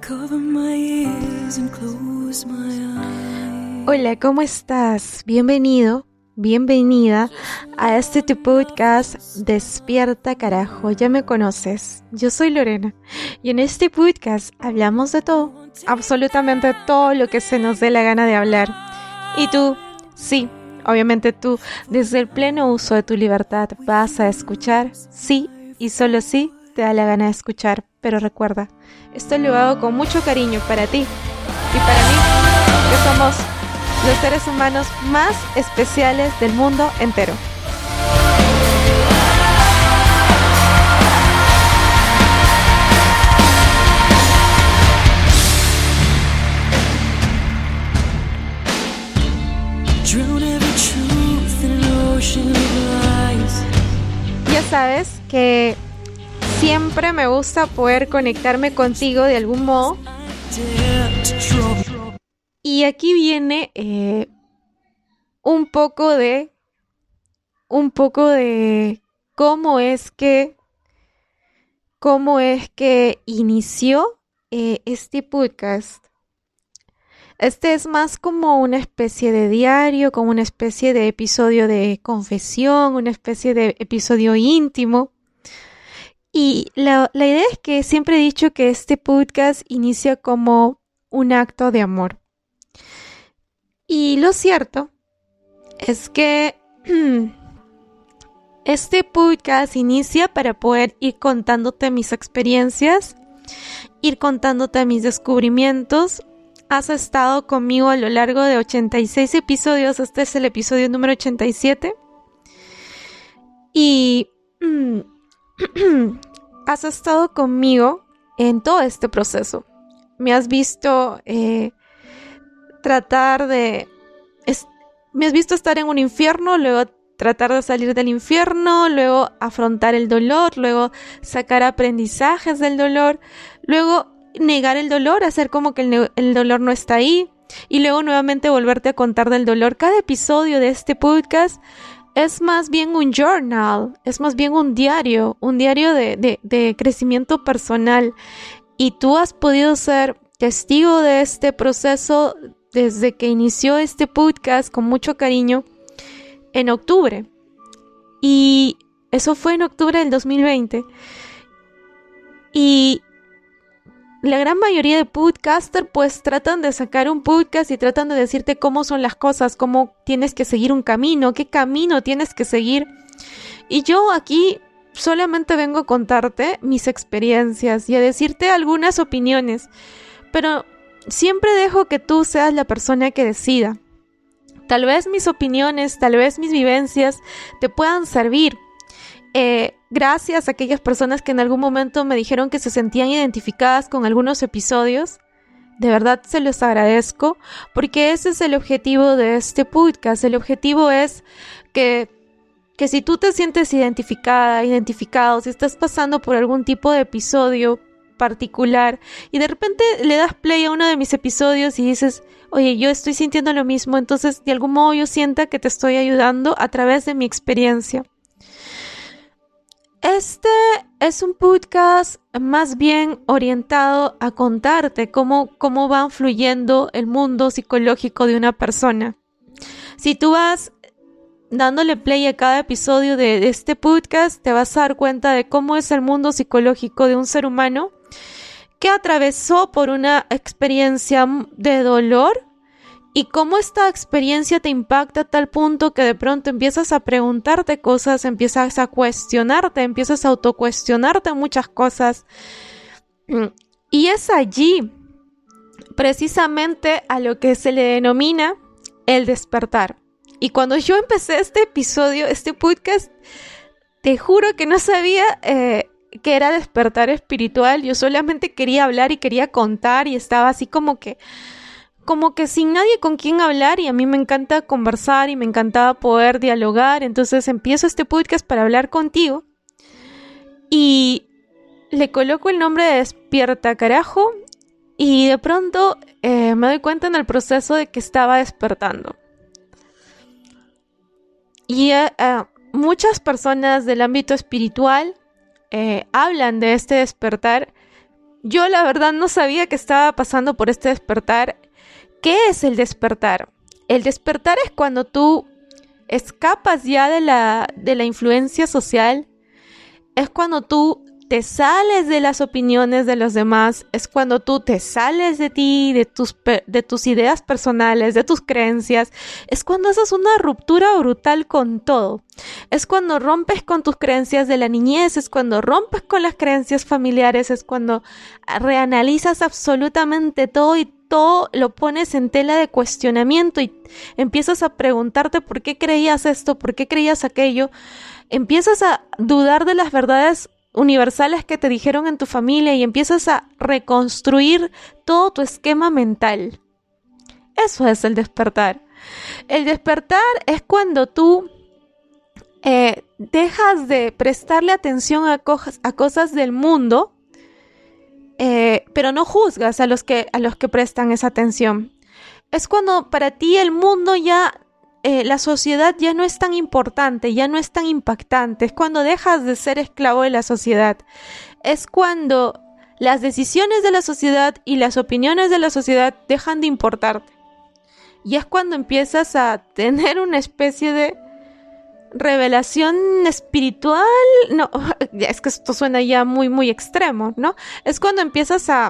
cover my ears and close my eyes. Hola, ¿cómo estás? Bienvenido, bienvenida a este tu podcast Despierta Carajo. Ya me conoces, yo soy Lorena y en este podcast hablamos de todo, absolutamente todo lo que se nos dé la gana de hablar. Y tú, sí, obviamente tú, desde el pleno uso de tu libertad vas a escuchar, sí y solo sí te da la gana de escuchar. Pero recuerda, esto lo hago con mucho cariño para ti y para mí, que somos los seres humanos más especiales del mundo entero. Ya sabes que siempre me gusta poder conectarme contigo de algún modo. Y aquí viene un poco de cómo es que inició este podcast. Este es más como una especie de diario, como una especie de episodio de confesión, una especie de episodio íntimo. Y la idea es que siempre he dicho que este podcast inicia como un acto de amor. Y lo cierto es que este podcast inicia para poder ir contándote mis experiencias, ir contándote mis descubrimientos. Has estado conmigo a lo largo de 86 episodios, este es el episodio número 87. Y has estado conmigo en todo este proceso. Me has visto me has visto estar en un infierno, luego tratar de salir del infierno, luego afrontar el dolor, luego sacar aprendizajes del dolor, luego negar el dolor, hacer como que el dolor no está ahí, y luego nuevamente volverte a contar del dolor. Cada episodio de este podcast es más bien un journal, es más bien un diario de crecimiento personal. Y tú has podido ser testigo de este proceso desde que inició este podcast con mucho cariño en octubre. Y eso fue en octubre del 2020. Y la gran mayoría de podcasters pues tratan de sacar un podcast y tratan de decirte cómo son las cosas, cómo tienes que seguir un camino, qué camino tienes que seguir. Y yo aquí solamente vengo a contarte mis experiencias y a decirte algunas opiniones, pero siempre dejo que tú seas la persona que decida. Tal vez mis opiniones, tal vez mis vivencias te puedan servir. Gracias a aquellas personas que en algún momento me dijeron que se sentían identificadas con algunos episodios. De verdad se los agradezco, porque ese es el objetivo de este podcast. El objetivo es que si tú te sientes identificado, si estás pasando por algún tipo de episodio particular y de repente le das play a uno de mis episodios y dices, oye, yo estoy sintiendo lo mismo, entonces de algún modo yo sienta que te estoy ayudando a través de mi experiencia. Este es un podcast más bien orientado a contarte cómo va fluyendo el mundo psicológico de una persona. Si tú vas dándole play a cada episodio de este podcast, te vas a dar cuenta de cómo es el mundo psicológico de un ser humano que atravesó por una experiencia de dolor y cómo esta experiencia te impacta a tal punto que de pronto empiezas a preguntarte cosas, empiezas a cuestionarte, empiezas a autocuestionarte muchas cosas. Y es allí precisamente a lo que se le denomina el despertar. Y cuando yo empecé este episodio, este podcast, te juro que no sabía que era despertar espiritual. Yo solamente quería hablar y quería contar y estaba así como que sin nadie con quien hablar, y a mí me encanta conversar y me encantaba poder dialogar. Entonces empiezo este podcast para hablar contigo y le coloco el nombre de Despierta Carajo, y de pronto me doy cuenta en el proceso de que estaba despertando. Y muchas personas del ámbito espiritual hablan de este despertar, Yo la verdad no sabía que estaba pasando por este despertar. ¿Qué es el despertar? El despertar es cuando tú escapas ya de la influencia social. Es cuando tú te sales de las opiniones de los demás. Es cuando tú te sales de ti, de tus ideas personales, de tus creencias. Es cuando haces una ruptura brutal con todo. Es cuando rompes con tus creencias de la niñez. Es cuando rompes con las creencias familiares. Es cuando reanalizas absolutamente todo y todo lo pones en tela de cuestionamiento y empiezas a preguntarte por qué creías esto, por qué creías aquello. Empiezas a dudar de las verdades universales que te dijeron en tu familia y empiezas a reconstruir todo tu esquema mental. Eso es el despertar. El despertar es cuando tú dejas de prestarle atención a cosas del mundo, pero no juzgas a los que prestan esa atención. Es cuando para ti el mundo ya, la sociedad ya no es tan importante, ya no es tan impactante. Es cuando dejas de ser esclavo de la sociedad. Es cuando las decisiones de la sociedad y las opiniones de la sociedad dejan de importarte. Y es cuando empiezas a tener una especie de revelación espiritual. No, es que esto suena ya muy, muy extremo, ¿no? Es cuando empiezas a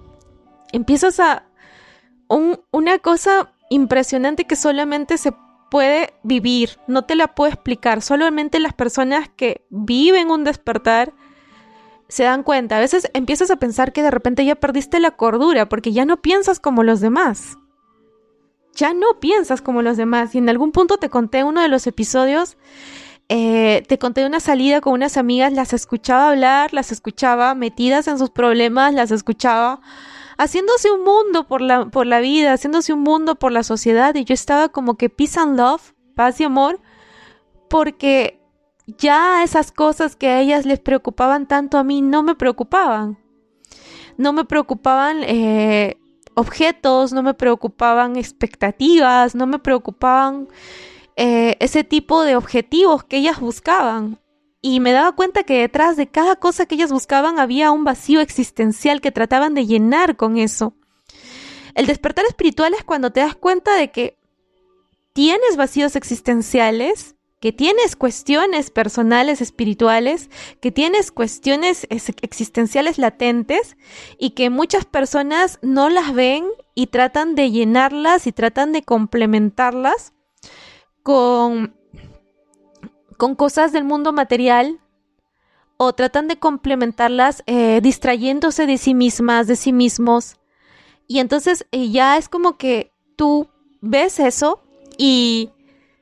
una cosa impresionante que solamente se puede vivir, no te la puedo explicar. Solamente las personas que viven un despertar se dan cuenta. A veces empiezas a pensar que de repente ya perdiste la cordura porque ya no piensas como los demás. Ya no piensas como los demás. Y en algún punto te conté en uno de los episodios, te conté de una salida con unas amigas, las escuchaba hablar, las escuchaba metidas en sus problemas, las escuchaba haciéndose un mundo por la vida, haciéndose un mundo por la sociedad, y yo estaba como que peace and love, paz y amor, porque ya esas cosas que a ellas les preocupaban tanto, a mí no me preocupaban. No me preocupaban objetos, no me preocupaban expectativas, no me preocupaban ese tipo de objetivos que ellas buscaban. Y me daba cuenta que detrás de cada cosa que ellas buscaban había un vacío existencial que trataban de llenar con eso. El despertar espiritual es cuando te das cuenta de que tienes vacíos existenciales, que tienes cuestiones personales espirituales, que tienes cuestiones existenciales latentes y que muchas personas no las ven y tratan de llenarlas y tratan de complementarlas con cosas del mundo material, o tratan de complementarlas distrayéndose de sí mismas, de sí mismos. Y entonces ya es como que tú ves eso y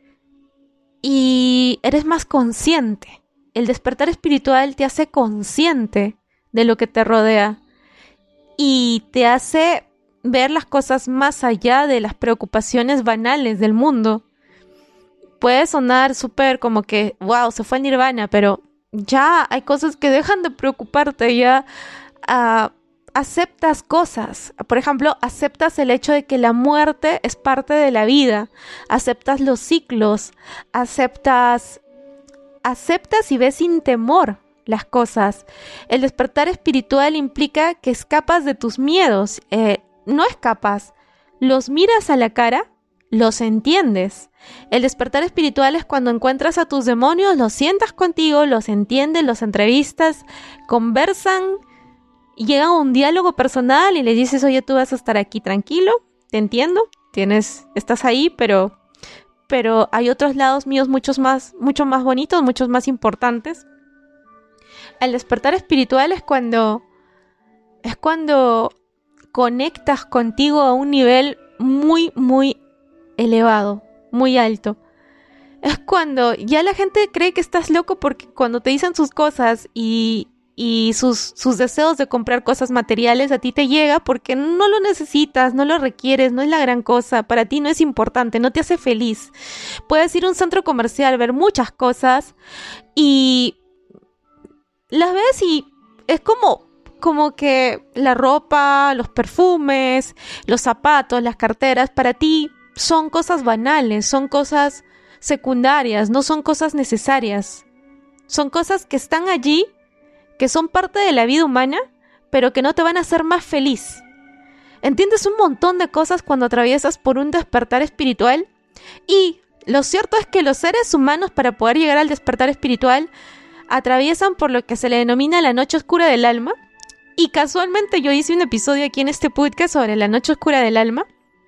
eres más consciente. El despertar espiritual te hace consciente de lo que te rodea y te hace ver las cosas más allá de las preocupaciones banales del mundo. Puede sonar súper como que, wow, se fue el nirvana, pero ya hay cosas que dejan de preocuparte, ya aceptas cosas. Por ejemplo, aceptas el hecho de que la muerte es parte de la vida, aceptas los ciclos, aceptas y ves sin temor las cosas. El despertar espiritual implica que escapas de tus miedos, no escapas, los miras a la cara, los entiendes. El despertar espiritual es cuando encuentras a tus demonios, los sientas contigo, los entiendes, los entrevistas, conversan, llegan a un diálogo personal y le dices, oye, tú vas a estar aquí tranquilo, te entiendo, estás ahí, pero hay otros lados míos mucho más bonitos, muchos más importantes. El despertar espiritual es cuando conectas contigo a un nivel muy, muy elevado, muy alto. Es cuando ya la gente cree que estás loco, porque cuando te dicen sus cosas y sus deseos de comprar cosas materiales a ti te llega porque no lo necesitas, no lo requieres, no es la gran cosa, para ti no es importante, no te hace feliz. Puedes ir a un centro comercial, ver muchas cosas y las ves y es como que la ropa, los perfumes, los zapatos, las carteras, para ti son cosas banales, son cosas secundarias, no son cosas necesarias. Son cosas que están allí, que son parte de la vida humana, pero que no te van a hacer más feliz. Entiendes un montón de cosas cuando atraviesas por un despertar espiritual. Y lo cierto es que los seres humanos, para poder llegar al despertar espiritual, atraviesan por lo que se le denomina la noche oscura del alma. Y casualmente yo hice un episodio aquí en este podcast sobre la noche oscura del alma.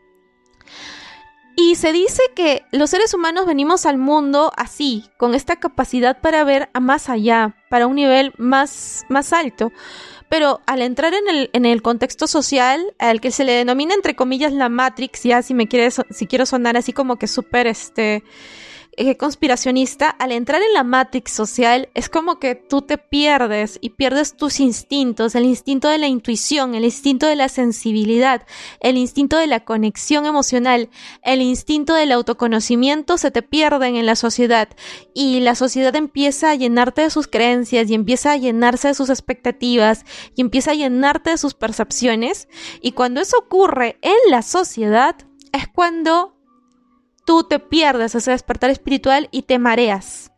Y se dice que los seres humanos venimos al mundo así, con esta capacidad para ver a más allá, para un nivel más alto. Pero al entrar en el contexto social, al que se le denomina entre comillas la Matrix, ya si quiero sonar así como que súper conspiracionista, al entrar en la Matrix social es como que tú te pierdes y pierdes tus instintos, el instinto de la intuición, el instinto de la sensibilidad, el instinto de la conexión emocional, el instinto del autoconocimiento se te pierden en la sociedad y la sociedad empieza a llenarte de sus creencias y empieza a llenarse de sus expectativas y empieza a llenarte de sus percepciones, y cuando eso ocurre en la sociedad es cuando tú te pierdes ese despertar espiritual y te mareas.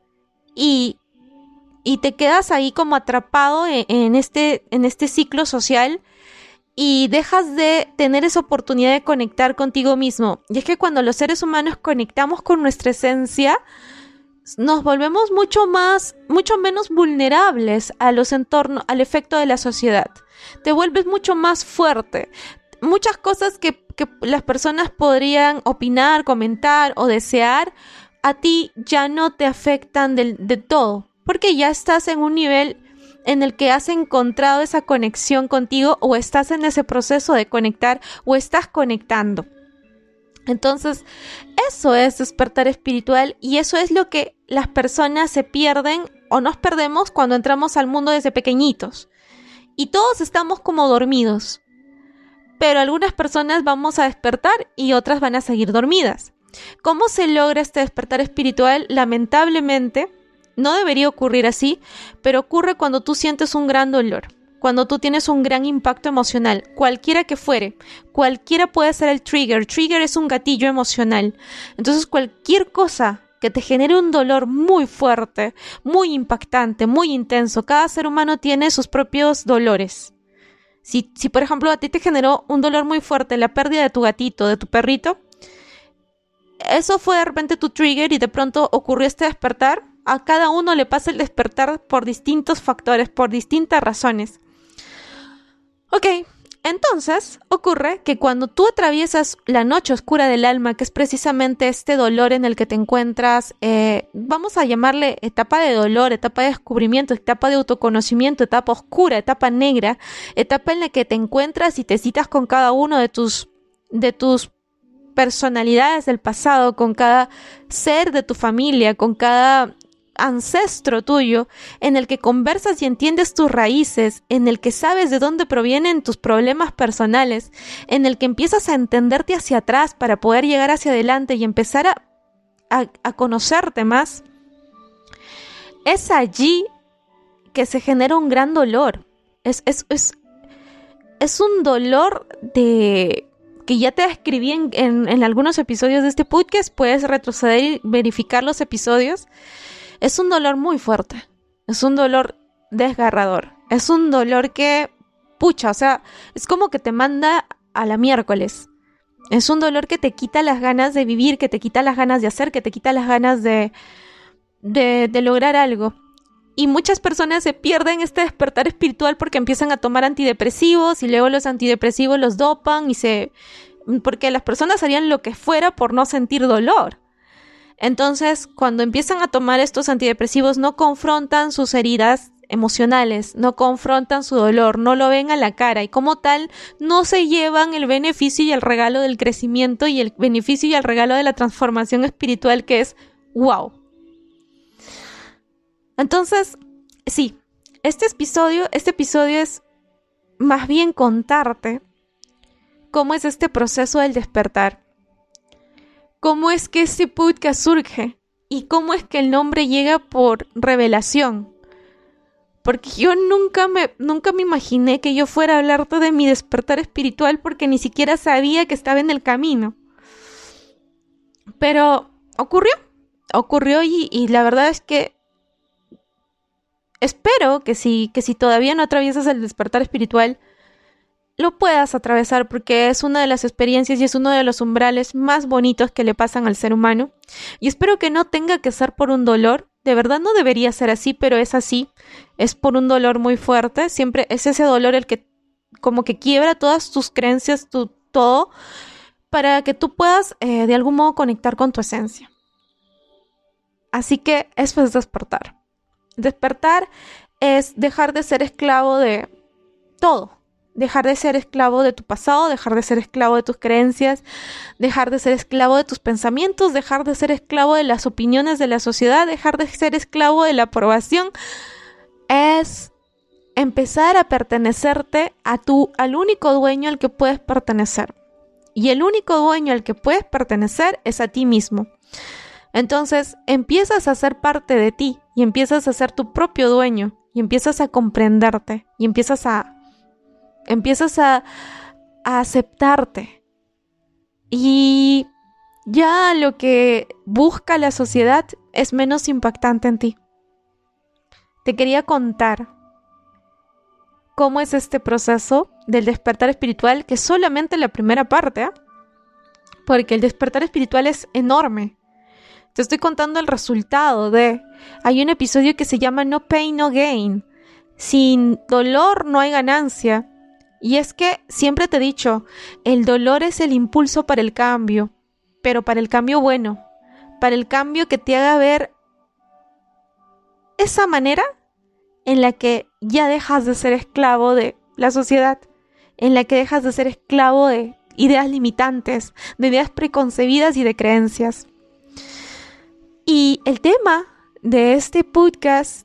Y te quedas ahí como atrapado en este ciclo social y dejas de tener esa oportunidad de conectar contigo mismo. Y es que cuando los seres humanos conectamos con nuestra esencia, nos volvemos mucho menos vulnerables a los entornos, al efecto de la sociedad. Te vuelves mucho más fuerte. Muchas cosas que las personas podrían opinar, comentar o desear, a ti ya no te afectan de todo, porque ya estás en un nivel en el que has encontrado esa conexión contigo, o estás en ese proceso de conectar, o estás conectando. Entonces, eso es despertar espiritual, y eso es lo que las personas se pierden o nos perdemos cuando entramos al mundo desde pequeñitos. Y todos estamos como dormidos. Pero algunas personas vamos a despertar y otras van a seguir dormidas. ¿Cómo se logra este despertar espiritual? Lamentablemente, no debería ocurrir así, pero ocurre cuando tú sientes un gran dolor, cuando tú tienes un gran impacto emocional, cualquiera que fuere. Cualquiera puede ser el trigger. Trigger es un gatillo emocional. Entonces, cualquier cosa que te genere un dolor muy fuerte, muy impactante, muy intenso. Cada ser humano tiene sus propios dolores. Si por ejemplo a ti te generó un dolor muy fuerte la pérdida de tu gatito, de tu perrito, eso fue de repente tu trigger y de pronto ocurrió este despertar. A cada uno le pasa el despertar por distintos factores, por distintas razones. Ok, entonces ocurre que cuando tú atraviesas la noche oscura del alma, que es precisamente este dolor en el que te encuentras, vamos a llamarle etapa de dolor, etapa de descubrimiento, etapa de autoconocimiento, etapa oscura, etapa negra, etapa en la que te encuentras y te citas con cada uno de tus personalidades del pasado, con cada ser de tu familia, con cada ancestro tuyo, en el que conversas y entiendes tus raíces, en el que sabes de dónde provienen tus problemas personales, en el que empiezas a entenderte hacia atrás para poder llegar hacia adelante y empezar a conocerte más, es allí que se genera un gran dolor. Es un dolor que ya te describí en algunos episodios de este podcast. Puedes retroceder y verificar los episodios. Es un dolor muy fuerte, es un dolor desgarrador, es un dolor que, pucha, o sea, es como que te manda a la miércoles. Es un dolor que te quita las ganas de vivir, que te quita las ganas de hacer, que te quita las ganas de lograr algo. Y muchas personas se pierden este despertar espiritual porque empiezan a tomar antidepresivos y luego los antidepresivos los dopan porque las personas harían lo que fuera por no sentir dolor. Entonces, cuando empiezan a tomar estos antidepresivos, no confrontan sus heridas emocionales, no confrontan su dolor, no lo ven a la cara y como tal no se llevan el beneficio y el regalo del crecimiento y el beneficio y el regalo de la transformación espiritual, que es wow. Entonces, sí, este episodio es más bien contarte cómo es este proceso del despertar. ¿Cómo es que este podcast surge? ¿Y cómo es que el nombre llega por revelación? Porque yo nunca me imaginé que yo fuera a hablarte de mi despertar espiritual, porque ni siquiera sabía que estaba en el camino. Pero ocurrió y la verdad es que espero que si todavía no atraviesas el despertar espiritual, lo puedas atravesar, porque es una de las experiencias y es uno de los umbrales más bonitos que le pasan al ser humano. Y espero que no tenga que ser por un dolor. De verdad no debería ser así, pero es así. Es por un dolor muy fuerte. Siempre es ese dolor el que como que quiebra todas tus creencias, todo, para que tú puedas de algún modo conectar con tu esencia. Así que eso es despertar. Despertar es dejar de ser esclavo de todo. Dejar de ser esclavo de tu pasado, dejar de ser esclavo de tus creencias, dejar de ser esclavo de tus pensamientos, dejar de ser esclavo de las opiniones de la sociedad, dejar de ser esclavo de la aprobación. Es empezar a pertenecerte al único dueño al que puedes pertenecer. Y el único dueño al que puedes pertenecer es a ti mismo. Entonces empiezas a ser parte de ti y empiezas a ser tu propio dueño y empiezas a comprenderte y empiezas a aceptarte. Y ya lo que busca la sociedad es menos impactante en ti. Te quería contar cómo es este proceso del despertar espiritual, que es solamente la primera parte, ¿eh? Porque el despertar espiritual es enorme. Te estoy contando el resultado hay un episodio que se llama No Pain, No Gain. Sin dolor no hay ganancia. Y es que siempre te he dicho, el dolor es el impulso para el cambio, pero para el cambio bueno, para el cambio que te haga ver esa manera en la que ya dejas de ser esclavo de la sociedad, en la que dejas de ser esclavo de ideas limitantes, de ideas preconcebidas y de creencias. Y el tema de este podcast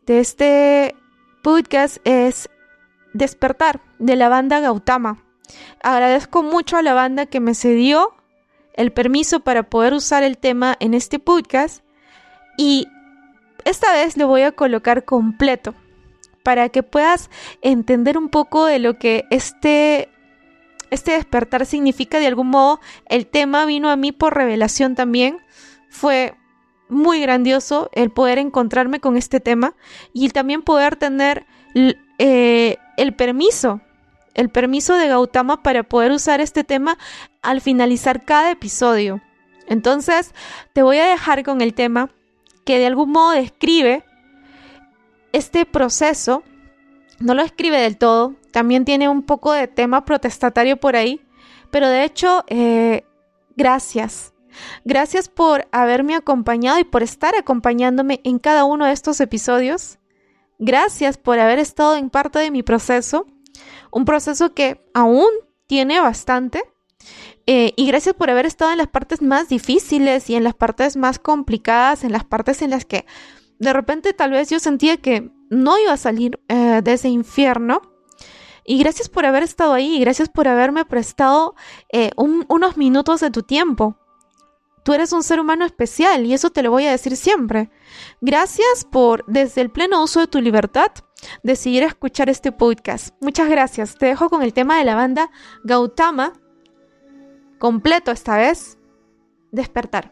es Despertar, de la banda Gautama. Agradezco mucho a la banda que me cedió el permiso para poder usar el tema en este podcast, y esta vez lo voy a colocar completo para que puedas entender un poco de lo que este despertar significa. De algún modo el tema vino a mí por revelación también. Fue muy grandioso el poder encontrarme con este tema y también poder tener el permiso de Gautama para poder usar este tema al finalizar cada episodio. Entonces te voy a dejar con el tema que de algún modo describe este proceso. No lo escribe del todo, también tiene un poco de tema protestatario por ahí, pero de hecho, gracias por haberme acompañado y por estar acompañándome en cada uno de estos episodios. Gracias por haber estado en parte de mi proceso, un proceso que aún tiene bastante, y gracias por haber estado en las partes más difíciles y en las partes más complicadas, en las partes en las que de repente tal vez yo sentía que no iba a salir de ese infierno. Y gracias por haber estado ahí, y gracias por haberme prestado unos minutos de tu tiempo. Tú eres un ser humano especial y eso te lo voy a decir siempre. Gracias por, desde el pleno uso de tu libertad, decidir escuchar este podcast. Muchas gracias. Te dejo con el tema de la banda Gautama, completo esta vez, Despertar.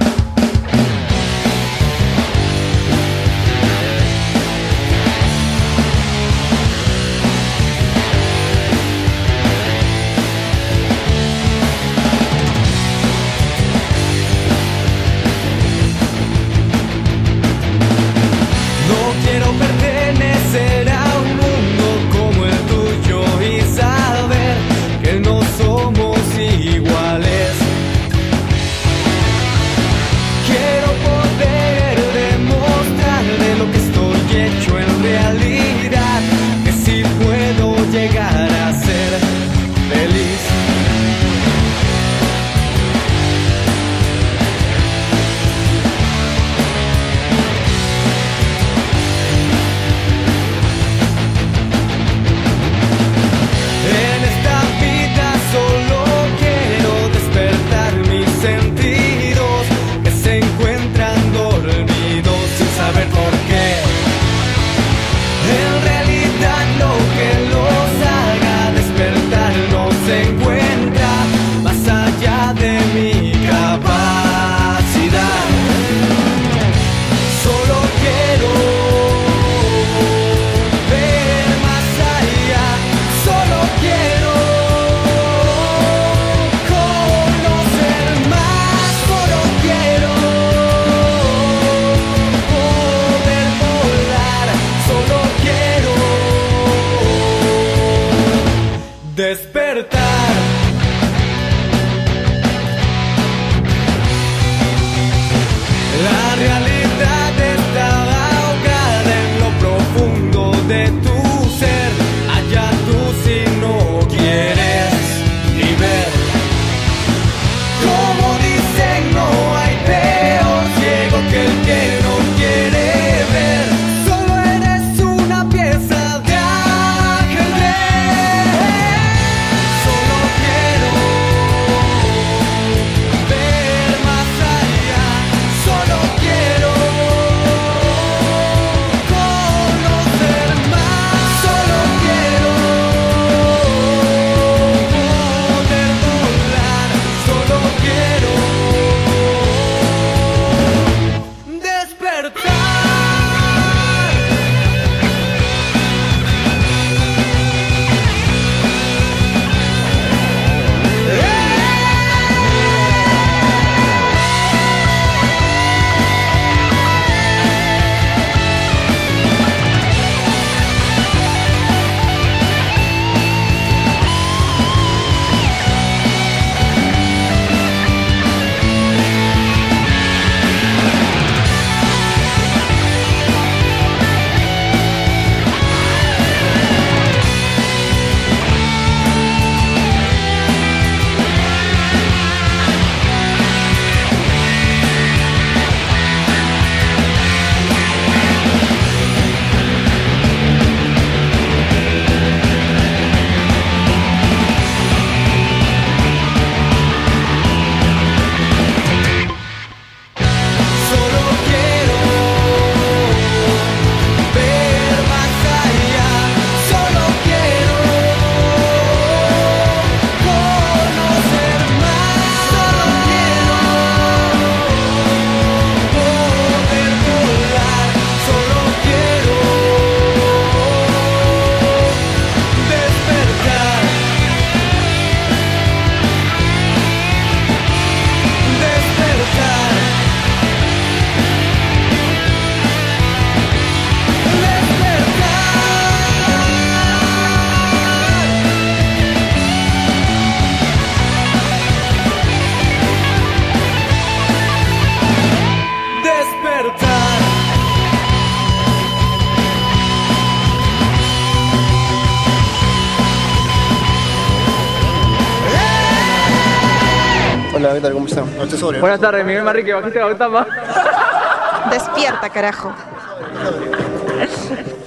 Quiero pertenecer a un mundo como el tuyo y saber que no somos iguales. despertar. La realidad está ahogada en lo profundo de tu ser. Allá tú si no quieres ni ver. Como dicen, no hay peor ciego que el que no quiere ver. Solo eres una pieza de ajedrez. Solo quiero ver más allá. Solo quiero conocer más. Solo quiero poder volar. Solo quiero despertar. Solo quiero ver más allá. Solo quiero conocer más. Solo quiero poder volar. Solo quiero despertar. Despertar. Despertar. Hola, ¿qué tal? ¿Cómo están? No, sobrio. Buenas tardes, Miguel Manrique, bajiste la botama. Despierta, carajo.